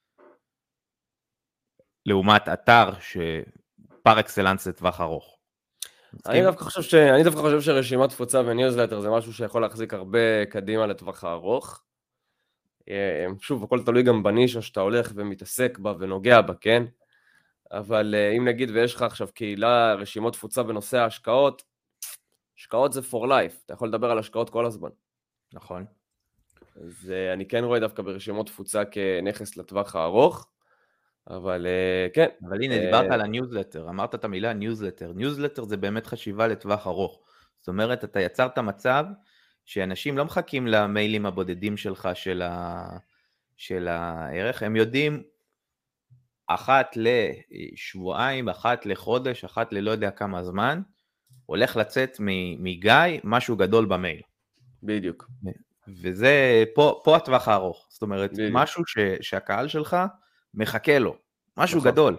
לעומת אתר שפר אקסלנס לטווח ארוך. אני דווקא חושב ש... אני דווקא חושב שרשימת תפוצה וניוזלטר זה משהו שיכול להחזיק הרבה קדימה לטווח הארוך. שוב, הכל תלוי גם בנישה שאתה הולך ומתעסק בה ונוגע בה, כן? אבל אם נגיד ויש לך עכשיו קהילה, רשימות תפוצה בנושא ההשקעות, השקעות זה for life, אתה יכול לדבר על השקעות כל הזמן. נכון. אז אני כן רואה דווקא ברשימות תפוצה כנכס לטווח הארוך, אבל כן. אבל הנה, דיברת על הניוזלטר, אמרת את המילה ניוזלטר. ניוזלטר זה באמת חשיבה לטווח ארוך. זאת אומרת, אתה יצרת מצב שאנשים לא מחכים למיילים הבודדים שלך של, ה... של הערך, הם יודעים אחת לשבועיים, אחת לחודש, אחת ללא יודע כמה זמן, הולך לצאת מגיא משהו גדול במייל. בדיוק. וזה פה, פה הטווח הארוך. זאת אומרת, בדיוק. משהו ש... שהקהל שלך מחכה לו. משהו נכון. גדול.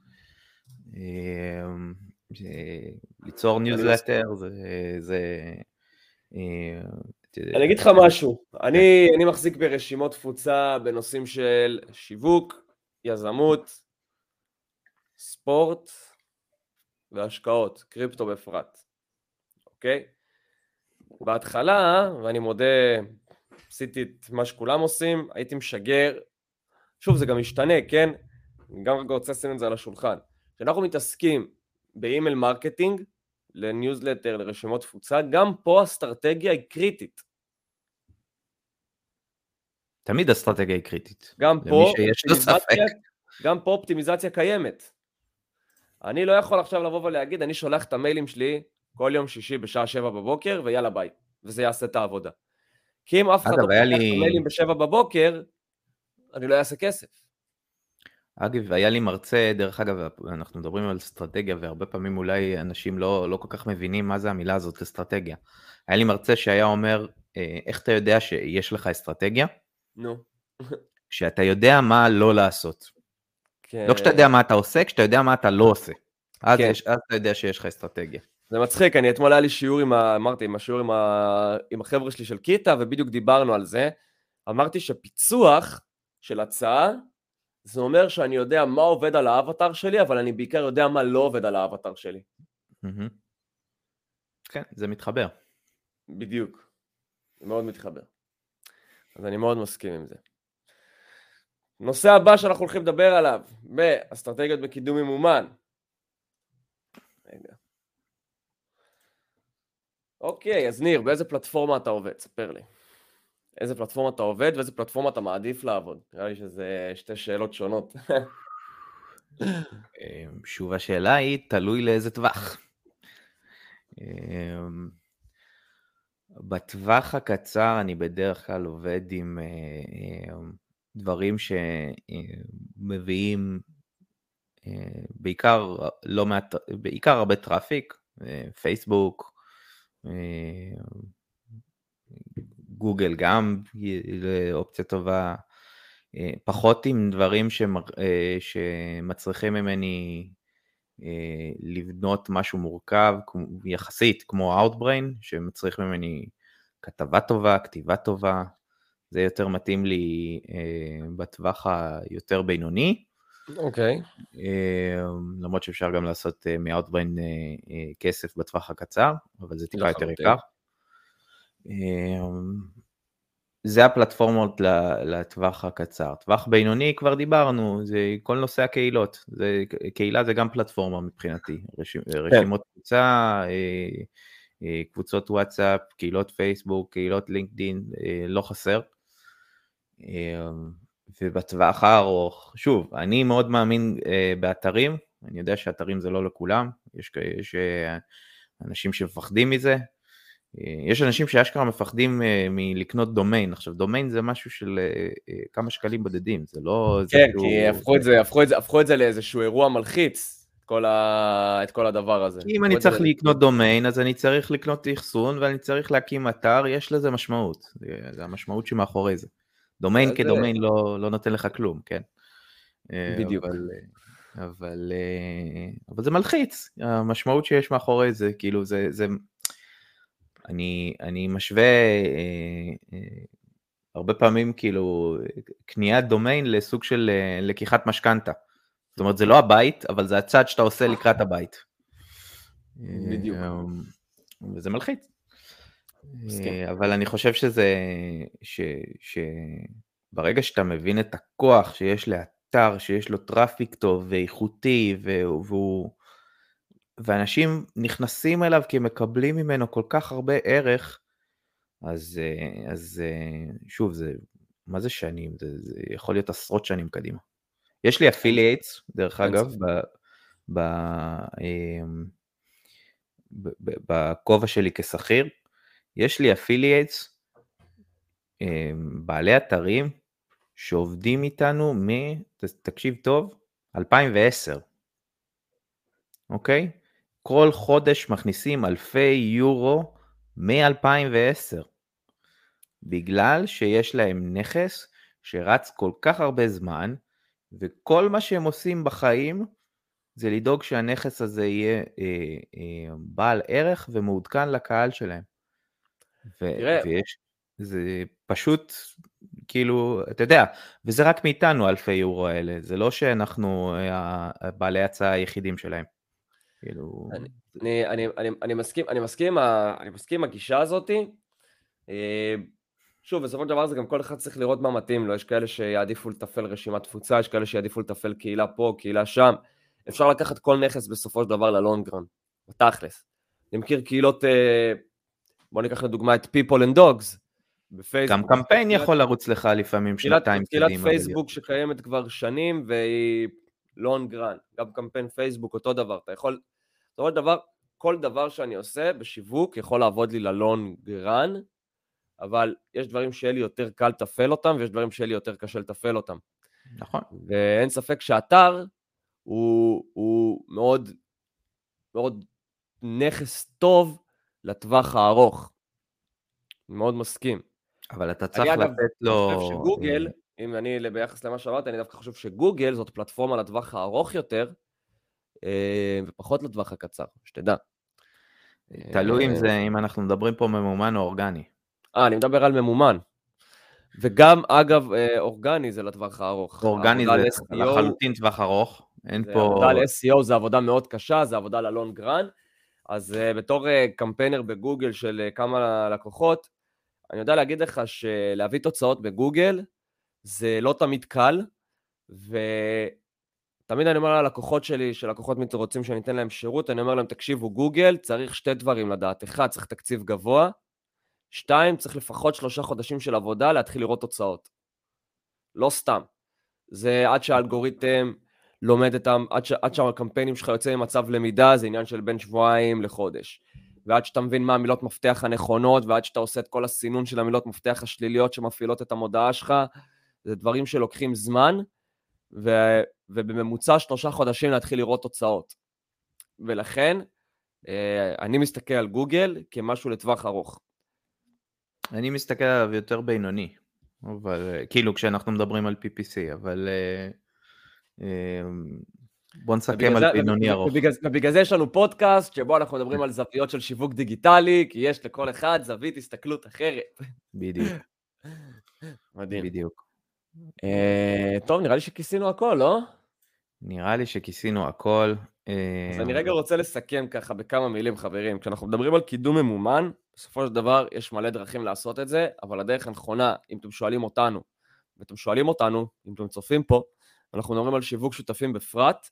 ליצור ניוזלטר זה... זה... אני אגיד לך משהו, אני, אני מחזיק ברשימות תפוצה בנושאים של שיווק, יזמות, ספורט והשקעות, קריפטו בפרט, אוקיי? בהתחלה, ואני מודה, עשיתי את מה שכולם עושים, הייתי משגר, שוב זה גם משתנה, כן? אני גם רגע רוצה לשים את זה על השולחן, כשאנחנו מתעסקים באימייל מרקטינג, לניוזלטר, לרשימות תפוצה, גם פה אסטרטגיה היא קריטית. תמיד אסטרטגיה היא קריטית. גם פה, גם פה אופטימיזציה קיימת. אני לא יכול עכשיו לבוא ולהגיד, אני שולח את המיילים שלי כל יום שישי בשעה שבע בבוקר, ויאללה ביי, וזה יעשה את העבודה. כי אם אף אחד לא שולח את המיילים בשבע בבוקר, אני לא אעשה כסף. אגב, היה לי מרצה, דרך אגב, אנחנו מדברים על אסטרטגיה, והרבה פעמים אולי אנשים לא, לא כל כך מבינים מה זה המילה הזאת, אסטרטגיה. היה לי מרצה שהיה אומר, איך אתה יודע שיש לך אסטרטגיה? נו. כשאתה יודע מה לא לעשות. כן. לא כשאתה יודע מה אתה עושה, כשאתה יודע מה אתה לא עושה. אז, כן. יש, אז אתה יודע שיש לך אסטרטגיה. זה מצחיק, אני אתמול היה לי שיעור עם, ה, אמרתי, עם השיעור עם, ה, עם החבר'ה שלי של קיטה, ובדיוק דיברנו על זה. אמרתי שפיצוח של הצעה, זה אומר שאני יודע מה עובד על האבטר שלי, אבל אני בעיקר יודע מה לא עובד על האבטר שלי. כן, זה מתחבר. בדיוק. זה מאוד מתחבר. אז אני מאוד מסכים עם זה. נושא הבא שאנחנו הולכים לדבר עליו, באסטרטגיות בקידום ממומן. רגע. אוקיי, אז ניר, באיזה פלטפורמה אתה עובד? ספר לי. איזה פלטפורמה אתה עובד ואיזה פלטפורמה אתה מעדיף לעבוד? נראה לי שזה שתי שאלות שונות. שוב השאלה היא, תלוי לאיזה טווח. בטווח הקצר אני בדרך כלל עובד עם דברים שמביאים בעיקר לא מעט, בעיקר הרבה טראפיק, פייסבוק, גוגל גם לאופציה טובה, פחות עם דברים שמצריכים ממני לבנות משהו מורכב, יחסית כמו Outbrain, שמצריך ממני כתבה טובה, כתיבה טובה, זה יותר מתאים לי בטווח היותר בינוני. אוקיי. למרות שאפשר גם לעשות מ-Outbrain כסף בטווח הקצר, אבל זה טיפה יותר יקר. זה הפלטפורמות לטווח הקצר. טווח בינוני כבר דיברנו, זה כל נושא הקהילות. זה, קהילה זה גם פלטפורמה מבחינתי. רשימ, רשימות קבוצה, קבוצות וואטסאפ, קהילות פייסבוק, קהילות לינקדין, לא חסר. ובטווח הארוך, שוב, אני מאוד מאמין באתרים, אני יודע שאתרים זה לא לכולם, יש, יש אנשים שמפחדים מזה, יש אנשים שאשכרה מפחדים מלקנות דומיין. עכשיו דומיין זה משהו של כמה שקלים בודדים, זה לא... כן, כי הפכו את זה, הפכו את זה, הפכו את זה לאיזשהו אירוע מלחיץ, כל ה... את כל הדבר הזה. אם אני צריך לקנות דומיין, אז אני צריך לקנות אחסון, ואני צריך להקים אתר, יש לזה משמעות, זה המשמעות שמאחורי זה. דומיין כדומיין לא, לא נותן לך כלום, כן? בדיוק. אבל, אבל, אבל זה מלחיץ, המשמעות שיש מאחורי זה, כאילו זה... זה אני, אני משווה אה, אה, הרבה פעמים כאילו קניית דומיין לסוג של אה, לקיחת משכנתה. זאת אומרת, זה לא הבית, אבל זה הצד שאתה עושה לקראת הבית. בדיוק. אה, וזה מלחיץ. מסכים. אה, אבל אני חושב שזה, ש, שברגע שאתה מבין את הכוח שיש לאתר, שיש לו טראפיק טוב ואיכותי, והוא... ואנשים נכנסים אליו כי הם מקבלים ממנו כל כך הרבה ערך, אז, אז שוב, זה, מה זה שנים? זה, זה יכול להיות עשרות שנים קדימה. יש לי אפילייטס, דרך אגב, ב, ב, בכובע שלי כשכיר, יש לי אפילייטס, בעלי אתרים, שעובדים איתנו מ, תקשיב טוב, אלפיים ועשר. אוקיי? כל חודש מכניסים אלפי יורו מ-אלפיים ועשר, בגלל שיש להם נכס שרץ כל כך הרבה זמן, וכל מה שהם עושים בחיים, זה לדאוג שהנכס הזה יהיה אה, אה, בעל ערך ומעודכן לקהל שלהם. ו- ויש, זה פשוט, כאילו, אתה יודע, וזה רק מאיתנו אלפי יורו האלה, זה לא שאנחנו בעלי הצעה היחידים שלהם. כאילו... אני, אני, אני, אני מסכים, אני מסכים, אני מסכים עם הגישה הזאת. שוב, בסופו של דבר זה גם כל אחד צריך לראות מה מתאים לו. יש כאלה שיעדיפו לטפל רשימת תפוצה, יש כאלה שיעדיפו לטפל קהילה פה, קהילה שם. אפשר לקחת כל נכס בסופו של דבר ללונגרן, בתכלס. אני מכיר קהילות, בוא ניקח לדוגמה את People and Dogs, בפייסבוק. גם קמפיין יכול לרוץ לך לפעמים שנתיים קדימה. קהילת פייסבוק שקיימת כבר שנים, והיא לונגרן. גם קמפיין פייסבוק, אותו דבר. אתה יכול... זאת אומרת דבר, כל דבר שאני עושה בשיווק יכול לעבוד לי ללונגרן, אבל יש דברים שיהיה לי יותר קל לטפל אותם, ויש דברים שיהיה לי יותר קשה לטפל אותם. נכון. ואין ספק שהאתר הוא, הוא מאוד, מאוד נכס טוב לטווח הארוך. אני מאוד מסכים. אבל אתה צריך לתת לו... אני חושב שגוגל, אם אני ביחס למה שאמרת, אני דווקא חושב שגוגל זאת פלטפורמה לטווח הארוך יותר, ופחות לטווח הקצר, שתדע. תלוי אם זה, אם אנחנו מדברים פה ממומן או אורגני. אה, אני מדבר על ממומן. וגם, אגב, אורגני זה לטווח הארוך. אורגני זה לחלוטין טווח ארוך. אין פה... עבודה על אס אי או זה עבודה מאוד קשה, זה עבודה ללונגרן. אז בתור קמפיינר בגוגל של כמה לקוחות, אני יודע להגיד לך שלהביא תוצאות בגוגל, זה לא תמיד קל, ו... תמיד אני אומר ללקוחות שלי, שלקוחות רוצים שאני אתן להם שירות, אני אומר להם, תקשיבו, גוגל צריך שתי דברים לדעת. אחד, צריך תקציב גבוה. שתיים, צריך לפחות שלושה חודשים של עבודה להתחיל לראות תוצאות. לא סתם. זה עד שהאלגוריתם לומד את, עד, ש, עד שהקמפיינים שלך יוצא ממצב למידה, זה עניין של בין שבועיים לחודש. ועד שאתה מבין מה המילות מפתח הנכונות, ועד שאתה עושה את כל הסינון של המילות מפתח השליליות שמפעילות את המודעה שלך, זה דברים שלוקחים זמן, ו... ובממוצע שלושה חודשים להתחיל לראות תוצאות. ולכן, אני מסתכל על גוגל כמשהו לטווח ארוך. אני מסתכל עליו יותר בינוני, אבל, כאילו כשאנחנו מדברים על פי פי סי, אבל בוא נסכם על בינוני ארוך. ובגלל זה יש לנו פודקאסט, שבו אנחנו מדברים על זוויות של שיווק דיגיטלי, כי יש לכל אחד זווית הסתכלות אחרת. בדיוק. מדהים. בדיוק. טוב, נראה לי שכיסינו הכל, לא? נראה לי שכיסינו הכל. אז אני רגע רוצה לסכם ככה בכמה מילים, חברים. כשאנחנו מדברים על קידום ממומן, בסופו של דבר יש מלא דרכים לעשות את זה, אבל הדרך הנכונה, אם אתם שואלים אותנו, ואתם שואלים אותנו, אם אתם צופים פה, אנחנו מדברים על שיווק שותפים בפרט,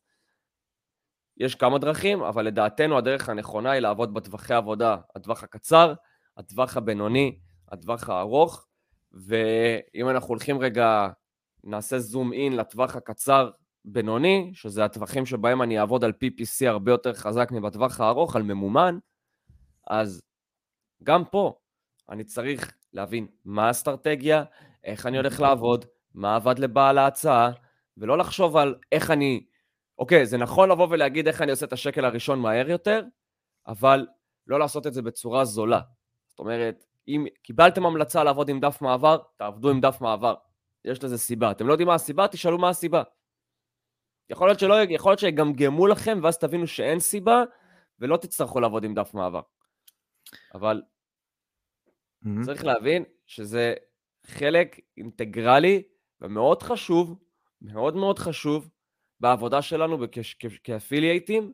יש כמה דרכים, אבל לדעתנו הדרך הנכונה היא לעבוד בטווחי עבודה, הטווח הקצר, הטווח הבינוני, הטווח הארוך, ואם אנחנו הולכים רגע, נעשה זום אין לטווח הקצר בינוני, שזה הטווחים שבהם אני אעבוד על פי פי סי הרבה יותר חזק מבטווח הארוך, על ממומן, אז גם פה אני צריך להבין מה האסטרטגיה, איך אני הולך לעבוד, מה עבד לבעל ההצעה, ולא לחשוב על איך אני, אוקיי, זה נכון לבוא ולהגיד איך אני עושה את השקל הראשון מהר יותר, אבל לא לעשות את זה בצורה זולה. זאת אומרת, אם קיבלתם המלצה לעבוד עם דף מעבר, תעבדו עם דף מעבר. יש לזה סיבה. אתם לא יודעים מה הסיבה, תשאלו מה הסיבה. יכול להיות שלא, יכול להיות שיגמגמו לכם, ואז תבינו שאין סיבה, ולא תצטרכו לעבוד עם דף מעבר. אבל mm-hmm. צריך להבין שזה חלק אינטגרלי, ומאוד חשוב, מאוד מאוד חשוב, בעבודה שלנו כאפילייטים,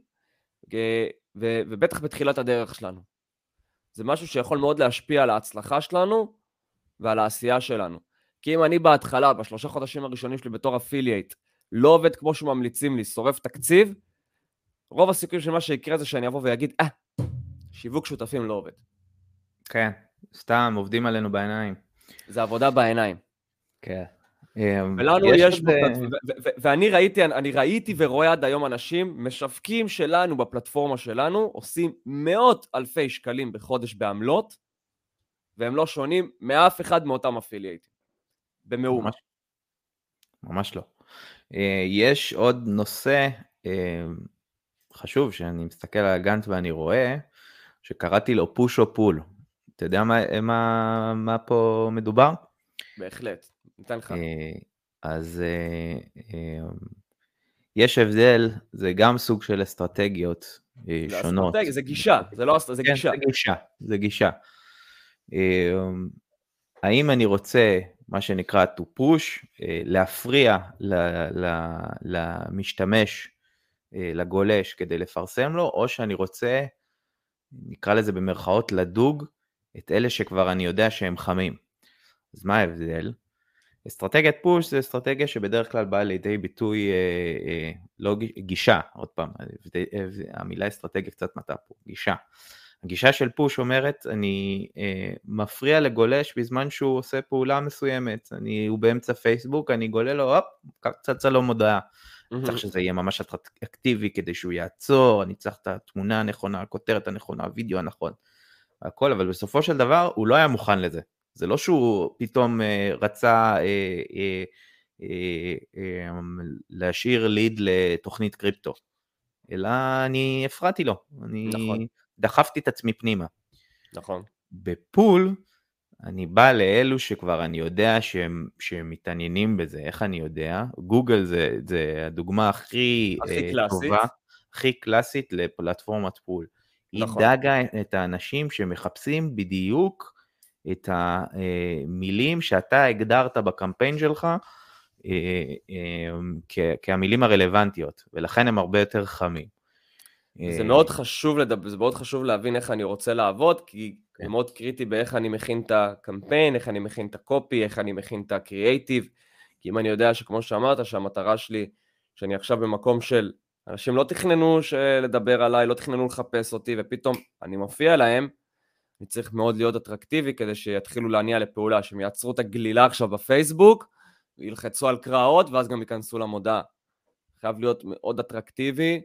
ובטח בתחילת הדרך שלנו. זה משהו שיכול מאוד להשפיע על ההצלחה שלנו, ועל העשייה שלנו. כי אם אני בהתחלה, בשלושה חודשים הראשונים שלי בתור אפילייט, לא עובד כמו שממליצים לי, שורף תקציב, רוב הסיכויים של מה שיקרה זה שאני אבוא ויגיד, אה, שיווק שותפים לא עובד. כן, סתם עובדים עלינו בעיניים. זה עבודה בעיניים. כן. ולנו יש, ואני ראיתי, אני ראיתי ורואה עד היום אנשים, משווקים שלנו בפלטפורמה שלנו, עושים מאות אלפי שקלים בחודש בעמלות, והם לא שונים מאף אחד מאותם אפילייטים. במאומה. ממש לא. יש עוד נושא חשוב שאני מסתכל על הגאנט ואני רואה, שקראתי לו פוש או פול. אתה יודע מה, מה, מה פה מדובר? בהחלט, ניתן לך. אז יש הבדל, זה גם סוג של אסטרטגיות זה שונות. אסטרטגיה, זה גישה, זה לא אסטרטגיה, זה כן, גישה. זה גישה, זה גישה. האם אני רוצה, מה שנקרא to push, להפריע למשתמש, לגולש כדי לפרסם לו, או שאני רוצה, נקרא לזה במרכאות, לדוג את אלה שכבר אני יודע שהם חמים. אז מה ההבדל? אסטרטגיית פוש זה אסטרטגיה שבדרך כלל באה לידי ביטוי, אה, אה, לא גישה, עוד פעם, המילה אסטרטגיה קצת מטעה פה, גישה. הגישה של פוש אומרת, אני אה, מפריע לגולש בזמן שהוא עושה פעולה מסוימת, אני, הוא באמצע פייסבוק, אני גולה לו, הופ, קצת לא מודעה. Mm-hmm. צריך שזה יהיה ממש אקטיבי כדי שהוא יעצור, אני צריך את התמונה הנכונה, הכותרת הנכונה, הוידאו הנכון, הכל, אבל בסופו של דבר הוא לא היה מוכן לזה. זה לא שהוא פתאום אה, רצה אה, אה, אה, אה, להשאיר ליד לתוכנית קריפטו, אלא אני הפרעתי לו, אני נכון. דחפתי את עצמי פנימה. נכון. בפול, אני בא לאלו שכבר אני יודע שהם, שהם מתעניינים בזה, איך אני יודע? גוגל זה, זה הדוגמה הכי, הכי אה, קלאסית. טובה, הכי קלאסית לפלטפורמת פול. נכון. היא דאגה את האנשים שמחפשים בדיוק את המילים שאתה הגדרת בקמפיין שלך, כהמילים הרלוונטיות, ולכן הם הרבה יותר חמים. זה מאוד חשוב לדבר, זה מאוד חשוב להבין איך אני רוצה לעבוד, כי זה מאוד קריטי באיך אני מכין את הקמפיין, איך אני מכין את הקופי, איך אני מכין את הקריאייטיב, כי אם אני יודע שכמו שאמרת, שהמטרה שלי, שאני עכשיו במקום של, אנשים לא תכננו לדבר עליי, לא תכננו לחפש אותי, ופתאום אני מופיע להם, אני צריך מאוד להיות אטרקטיבי, כדי שיתחילו להניע לפעולה, שהם יעצרו את הגלילה עכשיו בפייסבוק, וילחצו על קראות, ואז גם ייכנסו למודעה. חייב להיות מאוד אטרקטיבי,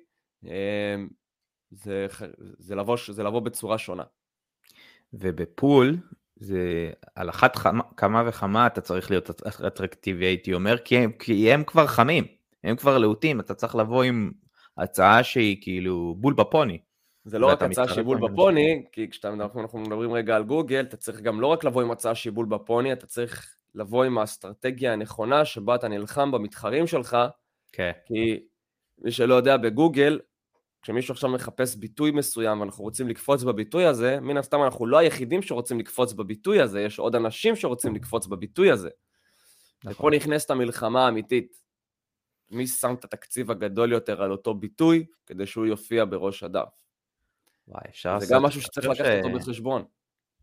זה, זה, לבוא, זה לבוא בצורה שונה. ובפול, זה על אחת חמה, כמה וכמה אתה צריך להיות אטרקטיבי, הייתי אומר, כי הם, כי הם כבר חמים, הם כבר להוטים, אתה צריך לבוא עם הצעה שהיא כאילו בול בפוני. זה לא רק הצעה שהיא בול בפוני, כי כשאנחנו מדברים רגע על גוגל, אתה צריך גם לא רק לבוא עם הצעה שהיא בול בפוני, אתה צריך לבוא עם האסטרטגיה הנכונה, שבה אתה נלחם במתחרים שלך, okay. כי מי שלא יודע בגוגל, כשמישהו עכשיו מחפש ביטוי מסוים, ואנחנו רוצים לקפוץ בביטוי הזה, מן הסתם אנחנו לא היחידים שרוצים לקפוץ בביטוי הזה, יש עוד אנשים שרוצים לקפוץ בביטוי הזה. נכון. ופה נכנסת המלחמה האמיתית. מי שם את התקציב הגדול יותר על אותו ביטוי, כדי שהוא יופיע בראש הדף. וואי, אפשר זה גם משהו שצריך לקחת ש... אותו בחשבון.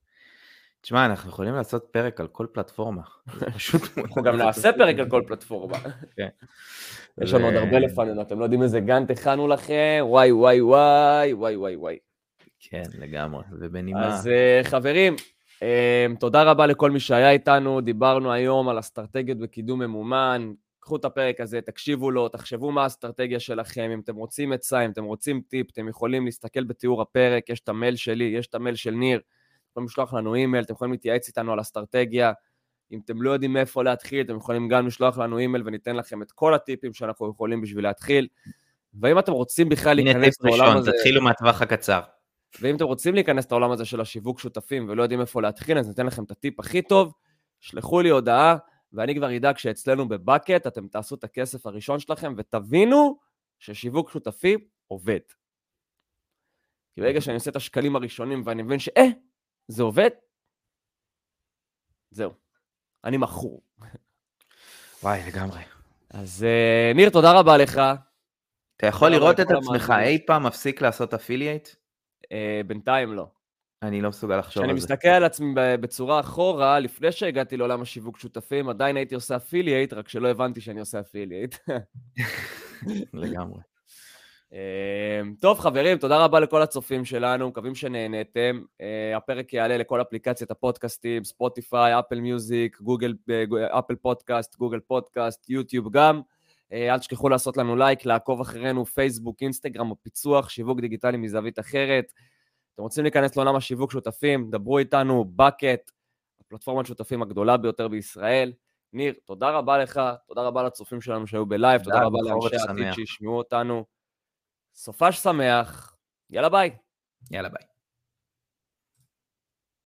תשמע, אנחנו יכולים לעשות פרק על כל פלטפורמה. אנחנו גם נעשה פרק על כל פלטפורמה. יש לנו עוד הרבה לפנינו, אתם לא יודעים איזה גאנט הכנו לכם, וואי וואי וואי, וואי וואי וואי. כן, לגמרי, ובנימה. אז חברים, תודה רבה לכל מי שהיה איתנו, דיברנו היום על אסטרטגיות בקידום ממומן, קחו את הפרק הזה, תקשיבו לו, תחשבו מה האסטרטגיה שלכם, אם אתם רוצים עצה, אם אתם רוצים טיפ, אתם יכולים להסתכל בתיאור הפרק, יש את המייל שלי, יש את המייל של ניר, אתם יכולים לשלוח לנו אימייל, אתם יכולים להתייעץ איתנו על אסטרטגיה, אם אתם לא יודעים מאיפה להתחיל, אתם יכולים גם לשלוח לנו אימייל וניתן לכם את כל הטיפים שאנחנו יכולים בשביל להתחיל, ואם אתם רוצים בכלל להיכנס לעולם הזה... תתחילו מהטווח הקצר. ואם אתם רוצים להיכנס לעולם הזה של השיווק שותפים ולא יודעים איפה להתחיל, אז ניתן לכם את הטיפ הכי טוב, שלחו לי הודעה, ואני כבר ידאג שאצלנו בבקט אתם תעשו את הכסף הראשון שלכם, ותבינו ששיווק שותפי עובד. כי ברגע שאני עושה את השקלים הראשונים, ואני מבין שאה, זה עובד, זהו. אני מכור. וואי, לגמרי. אז ניר, תודה רבה לך. אתה יכול לראות את עצמך אי פעם מפסיק לעשות אפילייט? בינתיים לא. אני לא מסוגל לחשוב על זה. כשאני מסתכל על עצמי בצורה אחורה, לפני שהגעתי לעולם השיווק שותפים, עדיין הייתי עושה אפילייט, רק שלא הבנתי שאני עושה אפילייט. לגמרי. טוב חברים, תודה רבה לכל הצופים שלנו, מקווים שנהנתם. הפרק יעלה לכל אפליקציית הפודקאסטים, ספוטיפיי, אפל מיוזיק, גוגל, אפל פודקאסט, גוגל פודקאסט, יוטיוב גם. אל תשכחו לעשות לנו לייק, לעקוב אחרינו, פייסבוק, אינסטגרם, הפיצוח, שיווק דיגיטלי מזווית אחרת. אתם רוצים להיכנס לעולם השיווק שותפים, דברו איתנו, בקט, הפלטפורמת שותפים הגדולה ביותר בישראל. ניר, תודה רבה לך, תודה רבה לצופים שלנו שהיו בלייב, תודה רבה לאנשי העתיד שישמעו אותנו. סופש שמח, יאללה ביי. יאללה ביי.